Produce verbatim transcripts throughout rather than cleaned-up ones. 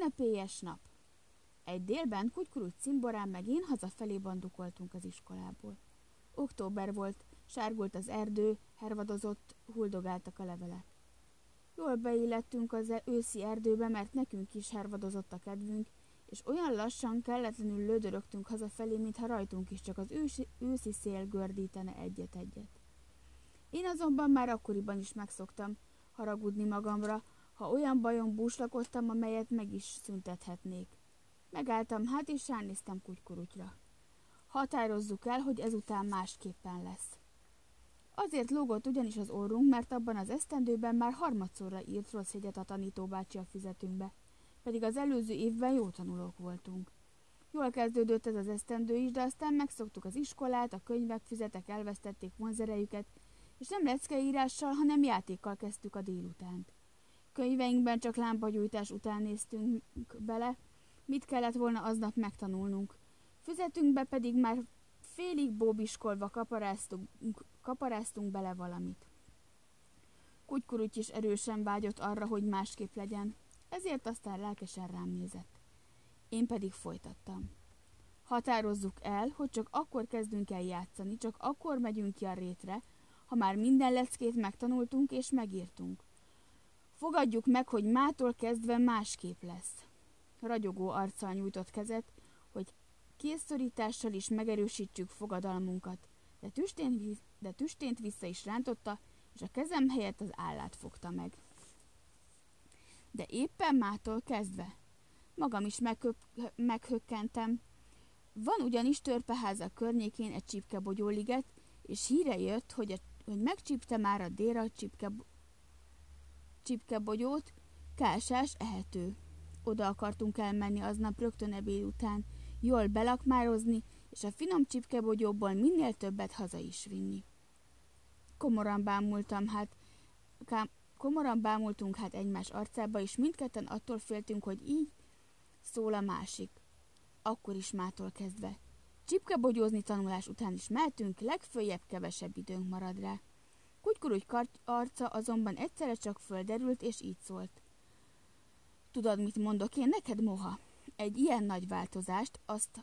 Ünnepélyes nap. Egy délben Kutykuruty cimborám meg én hazafelé bandukoltunk az iskolából. Október volt, sárgult az erdő, hervadozott, huldogáltak a levelek. Jól beillettünk az őszi erdőbe, mert nekünk is hervadozott a kedvünk, és olyan lassan, kelletlenül lődörögtünk hazafelé, mintha rajtunk is csak az ősi, őszi szél gördítene egyet-egyet. Én azonban már akkoriban is megszoktam haragudni magamra, ha olyan bajon búslakodtam, amelyet meg is szüntethetnék. Megálltam hát, és ránéztem Kutykurutyra. Határozzuk el, hogy ezután másképpen lesz. Azért lógott ugyanis az orrunk, mert abban az esztendőben már harmadszorra írt rossz jegyet a tanítóbácsi a füzetünkbe, pedig az előző évben jó tanulók voltunk. Jól kezdődött ez az esztendő is, de aztán megszoktuk az iskolát, a könyvek, füzetek elvesztették vonzerejüket, és nem leckeírással, hanem játékkal kezdtük a délutánt. Könyveinkben csak lámpagyújtás után néztünk bele, mit kellett volna aznap megtanulnunk. Füzetünkbe pedig már félig bóbiskolva kaparáztunk, kaparáztunk bele valamit. Kutykuruty is erősen vágyott arra, hogy másképp legyen, ezért aztán lelkesen rám nézett. Én pedig folytattam. Határozzuk el, hogy csak akkor kezdünk el játszani, csak akkor megyünk ki a rétre, ha már minden leckét megtanultunk és megírtunk. Fogadjuk meg, hogy mától kezdve másképp lesz. Ragyogó arccal nyújtott kezet, hogy kézszorítással is megerősítsük fogadalmunkat, de tüstént, de tüstént vissza is rántotta, és a kezem helyett az állát fogta meg. De éppen mától kezdve. Magam is megköp- meghökkentem. Van ugyanis Törpeháza környékén egy csipkebogyóliget, és híre jött, hogy, a, hogy megcsípte már a dél a csipke, csipkebogyót, kásás ehető. Oda akartunk elmenni aznap rögtön ebéd után, jól belakmározni, és a finom csipkebogyóból minél többet haza is vinni. Komoran bámultam hát, ká, komoran bámultunk hát egymás arcába, és mindketten attól féltünk, hogy így szól a másik. Akkor is mától kezdve. Csipkebogyózni tanulás után is mehetünk, legföljebb kevesebb időnk marad rá. Kutykuruty arca azonban egyszerre csak földerült, és így szólt. Tudod, mit mondok én neked, moha? Egy ilyen nagy változást, azt,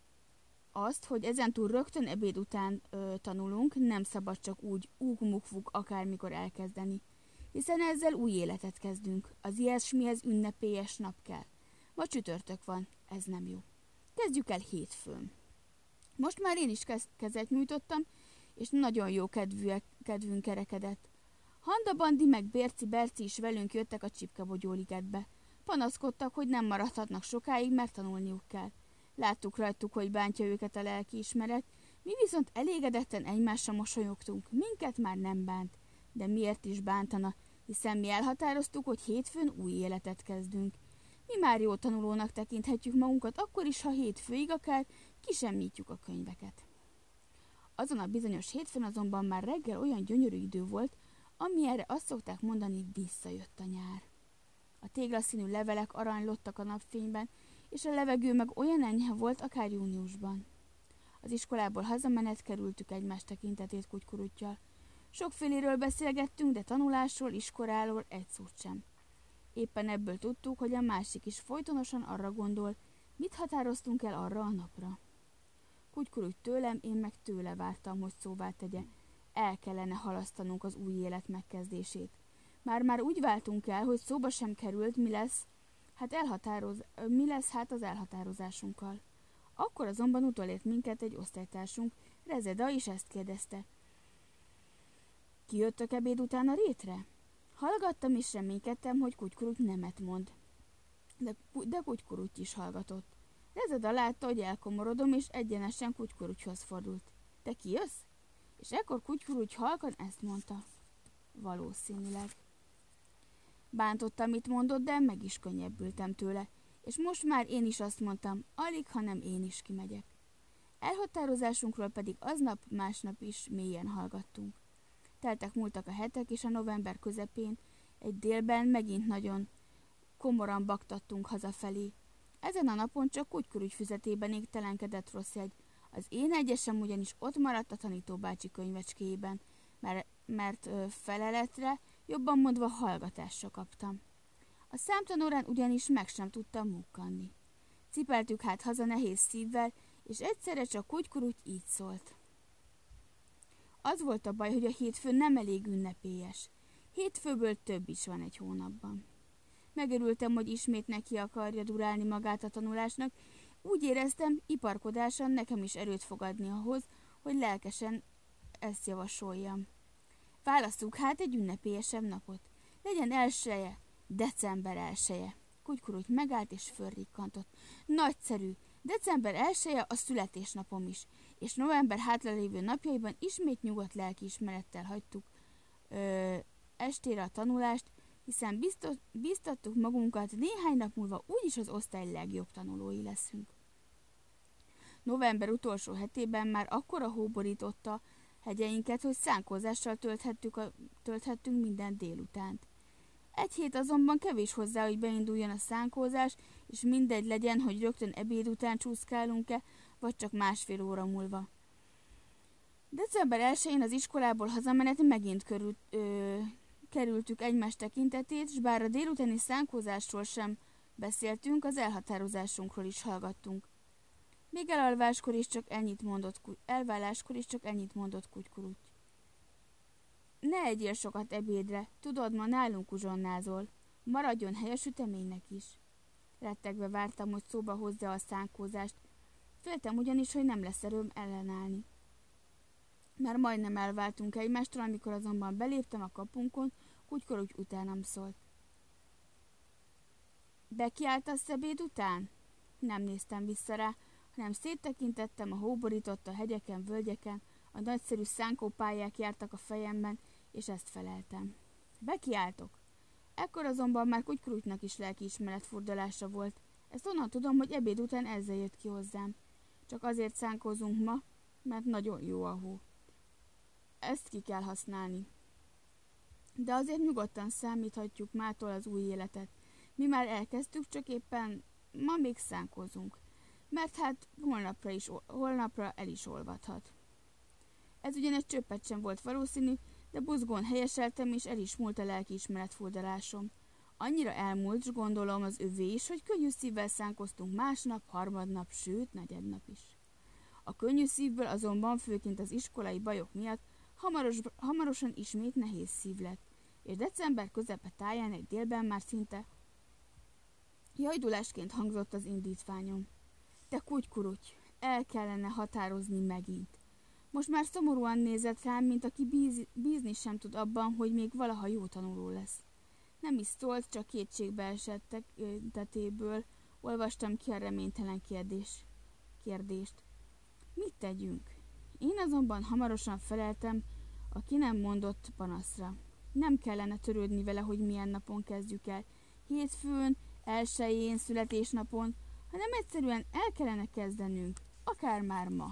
azt hogy ezentúl rögtön ebéd után ö, tanulunk, nem szabad csak úgy úg-mukvuk akármikor elkezdeni, hiszen ezzel új életet kezdünk. Az ilyesmihez ünnepélyes nap kell. Ma csütörtök van, ez nem jó. Kezdjük el hétfőn. Most már én is kez- kezet nyújtottam, és nagyon jó kedvűek, kedvünk kerekedett. Handa Bandi meg Bérci Berci is velünk jöttek a csipkebogyóligetbe. Panaszkodtak, hogy nem maradhatnak sokáig, mert tanulniuk kell. Láttuk rajtuk, hogy bántja őket a lelkiismeret, mi viszont elégedetten egymásra mosolyogtunk, minket már nem bánt. De miért is bántana, hiszen mi elhatároztuk, hogy hétfőn új életet kezdünk. Mi már jó tanulónak tekinthetjük magunkat, akkor is, ha hétfőig akár kisemmítjük a könyveket. Azon a bizonyos hétfőn azonban már reggel olyan gyönyörű idő volt, ami erre azt szokták mondani, visszajött a nyár. A téglaszínű levelek aranylottak a napfényben, és a levegő meg olyan enyhe volt, akár júniusban. Az iskolából hazamenet kerültük egymás tekintetét Kutykuruttyal. Sokféléről beszélgettünk, de tanulásról, iskoláról egy szót sem. Éppen ebből tudtuk, hogy a másik is folytonosan arra gondol, mit határoztunk el arra a napra. Kutykuruty tőlem, én meg tőle vártam, hogy szóvá tegye. El kellene halasztanunk az új élet megkezdését. Már-már úgy váltunk el, hogy szóba sem került, mi lesz, hát elhatároz, mi lesz hát az elhatározásunkkal. Akkor azonban utolért minket egy osztálytársunk, Rezeda, is ezt kérdezte. Kijöttök ebéd után a rétre? Hallgattam és reménykedtem, hogy Kutykuruty nemet mond. De, de Kutykuruty is hallgatott. Rezeda látta, hogy elkomorodom, és egyenesen Kutykurutyhoz fordult. Te kijössz? És ekkor Kutykuruty halkan ezt mondta. Valószínűleg. Bántottam, amit mondott, de meg is könnyebbültem tőle, és most már én is azt mondtam, alig, hanem én is kimegyek. Elhatározásunkról pedig aznap, másnap is mélyen hallgattunk. Teltek múltak a hetek, és a november közepén, egy délben megint nagyon komoran baktattunk hazafelé. Ezen a napon csak Kutykuruty füzetében égtelenkedett rossz jegy. Az én egyesem ugyanis ott maradt a tanítóbácsi könyvecskéjében, mert, mert ö, feleletre, jobban mondva hallgatásra kaptam. A számtanórán ugyanis meg sem tudtam mukkanni. Cipeltük hát haza nehéz szívvel, és egyszerre csak kutykuruty így szólt. Az volt a baj, hogy a hétfő nem elég ünnepélyes. Hétfőből több is van egy hónapban. Megörültem, hogy ismét neki akarja durálni magát a tanulásnak. Úgy éreztem, iparkodásan nekem is erőt fog adni ahhoz, hogy lelkesen ezt javasoljam. Válasszuk hát egy ünnepélyesebb napot. Legyen elsője, december elseje. Kutykuruty megállt és fölrikkantott. Nagyszerű! December elseje a születésnapom is, és november hátralévő napjaiban ismét nyugodt lelkiismerettel hagytuk ö, estére a tanulást, hiszen biztos, biztattuk magunkat, néhány nap múlva úgyis az osztály legjobb tanulói leszünk. November utolsó hetében már akkora hó borította hegyeinket, hogy szánkózással tölthettük a, tölthettünk minden délutánt. Egy hét azonban kevés hozzá, hogy beinduljon a szánkózás, és mindegy legyen, hogy rögtön ebéd után csúszkálunk-e, vagy csak másfél óra múlva. December elsején az iskolából hazamenet megint körül, ö, kerültük egymás tekintetét, s bár a délutáni szánkózásról sem beszéltünk, az elhatározásunkról is hallgattunk. Még elalváskor is csak ennyit mondott, elváláskor is csak ennyit mondott Kutykuruty. Ne egyél sokat ebédre, tudod, ma nálunk uzsonnázol. Maradjon hely a süteménynek is. Rettegve vártam, hogy szóba hozza a szánkózást. Féltem ugyanis, hogy nem lesz erőm ellenállni. Már majdnem elváltunk egymástól, amikor azonban beléptem a kapunkon, Kutykuruty utánam szólt. Bekiáltasz ebéd után? Nem néztem vissza rá, hanem széttekintettem a hóborított a hegyeken, völgyeken, a nagyszerű szánkópályák jártak a fejemben, és ezt feleltem. Bekiáltok. Ekkor azonban már Kutykurutynak is lelkiismeretfurdalása volt. Ezt onnan tudom, hogy ebéd után ezzel jött ki hozzám. Csak azért szánkózunk ma, mert nagyon jó a hó. Ezt ki kell használni. De azért nyugodtan számíthatjuk mától az új életet. Mi már elkezdtük, csak éppen ma még szánkózunk. Mert hát holnapra, is, holnapra el is olvadhat. Ez ugyan egy csöppet sem volt valószínű, de buzgón helyeseltem, és el is múlt a lelkiismeretfurdalásom. Annyira elmúlt, s gondolom az övé is, hogy könnyű szívvel szánkoztunk másnap, harmadnap, sőt, negyednap is. A könnyű szívből azonban főként az iskolai bajok miatt hamaros, hamarosan ismét nehéz szív lett, és december közepe táján egy délben már szinte jajdulásként hangzott az indítványom. Te Kutykuruty, el kellene határozni megint. Most már szomorúan nézett rám, mint aki bíz, bízni sem tud abban, hogy még valaha jó tanuló lesz. Nem is szólt, csak kétségbe esettek tetéből olvastam ki a reménytelen kérdés, kérdést. Mit tegyünk? Én azonban hamarosan feleltem a ki nem mondott panaszra. Nem kellene törődni vele, hogy milyen napon kezdjük el. Hétfőn, elsején, születésnapon, hanem egyszerűen el kellene kezdenünk, akár már ma.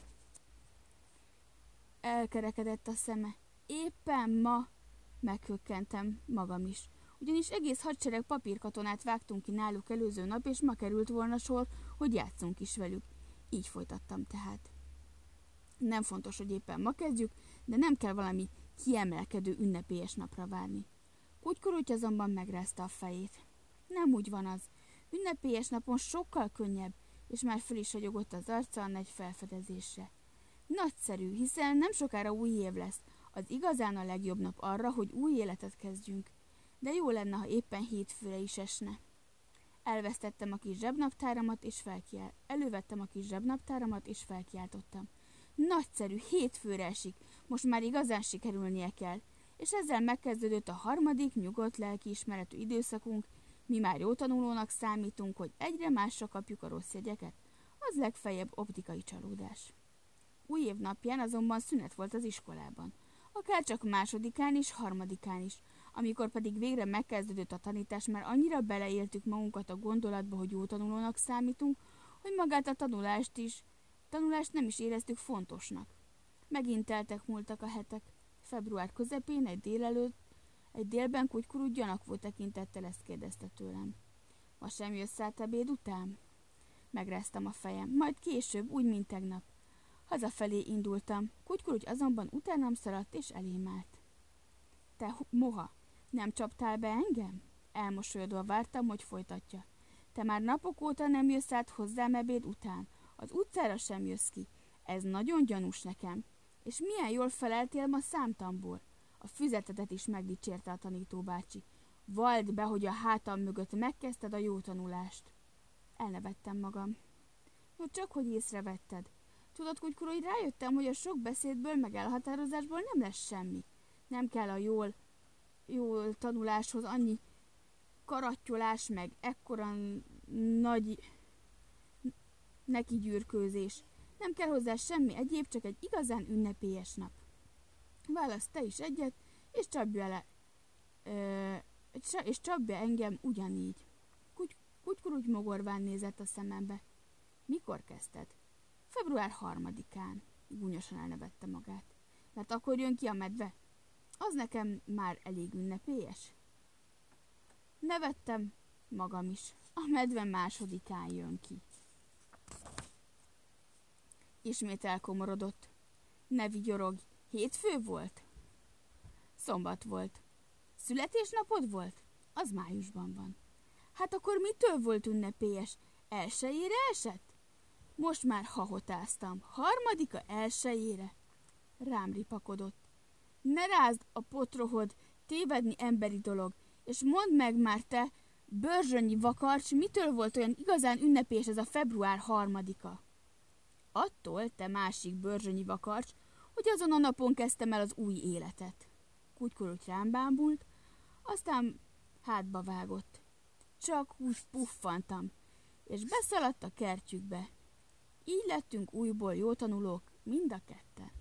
Elkerekedett a szeme. Éppen ma meghökkentem magam is. Ugyanis egész hadsereg papírkatonát vágtunk ki náluk előző nap, és ma került volna sor, hogy játszunk is velük. Így folytattam tehát. Nem fontos, hogy éppen ma kezdjük, de nem kell valami kiemelkedő ünnepélyes napra várni. Kutykuruty azonban megrázta a fejét. Nem úgy van az. Ünnepélyes napon sokkal könnyebb, és már föl is ragyogott az arca a nagy felfedezésre. Nagyszerű, hiszen nem sokára új év lesz, az igazán a legjobb nap arra, hogy új életet kezdjünk. De jó lenne, ha éppen hétfőre is esne. Elvesztettem a kis zsebnaptáramat, és felkiált. Elővettem a kis zsebnaptáramat, és felkiáltottam. Nagyszerű, hétfőre esik, most már igazán sikerülnie kell. És ezzel megkezdődött a harmadik nyugodt lelkiismeretű időszakunk, mi már jó tanulónak számítunk, hogy egyre másra kapjuk a rossz jegyeket, az legfeljebb optikai csalódás. Új év napján azonban szünet volt az iskolában, akár csak másodikán és harmadikán is, amikor pedig végre megkezdődött a tanítás, mert annyira beleéltük magunkat a gondolatba, hogy jó tanulónak számítunk, hogy magát a tanulást is, tanulást nem is éreztük fontosnak. Megint teltek múltak a hetek. Február közepén egy délelőtt, egy délben Kutykuruty gyanakvó tekintettel ezt kérdezte tőlem. Ma sem jössz át ebéd után? Megráztam a fejem, majd később, úgy, mint tegnap. Hazafelé indultam, Kutykuruty azonban utánam szaladt és elém állt. Te moha, nem csaptál be engem? Elmosolyodva vártam, hogy folytatja. Te már napok óta nem jössz át hozzám ebéd után. Az utcára sem jössz ki. Ez nagyon gyanús nekem. És milyen jól feleltél ma számtamból. A füzetedet is megdicsérte a tanítóbácsi. Vald be, hogy a hátam mögött megkezdted a jó tanulást. Elnevettem magam. No, csak hogy észrevetted. Tudod, Kutykor, hogy rájöttem, hogy a sok beszédből meg elhatározásból nem lesz semmi. Nem kell a jól, jól tanuláshoz annyi karattyolás, meg ekkora nagy nekigyűrkőzés. Nem kell hozzá semmi egyéb, csak egy igazán ünnepélyes nap. Válasz te is egyet, és csapj bele, ö, és csapj be engem ugyanígy. Kuty, Kutykor úgy mogorván nézett a szemembe. Mikor kezdted? Február harmadikán, gúnyosan elnevette magát. Mert akkor jön ki a medve? Az nekem már elég ünnepélyes. Nevettem magam is. A medve másodikán jön ki. Ismét elkomorodott. Ne vigyorogj, hétfő volt? Szombat volt. Születésnapod volt? Az májusban van. Hát akkor mitől volt ünnepélyes? Elsejére esett? Most már hahotáztam. Harmadika elsejére? Rám ripakodott. Ne rázd a potrohod, tévedni emberi dolog, és mondd meg már te, Börzsönyi vakarcs, mitől volt olyan igazán ünnepés ez a február harmadika? Attól, te másik Börzsönyi vakarcs, hogy azon a napon kezdtem el az új életet. Kutykor úgy rám bámult, aztán hátba vágott. Csak úgy puffantam, és beszaladt a kertjükbe. Így lettünk újból jó tanulók, mind a ketten.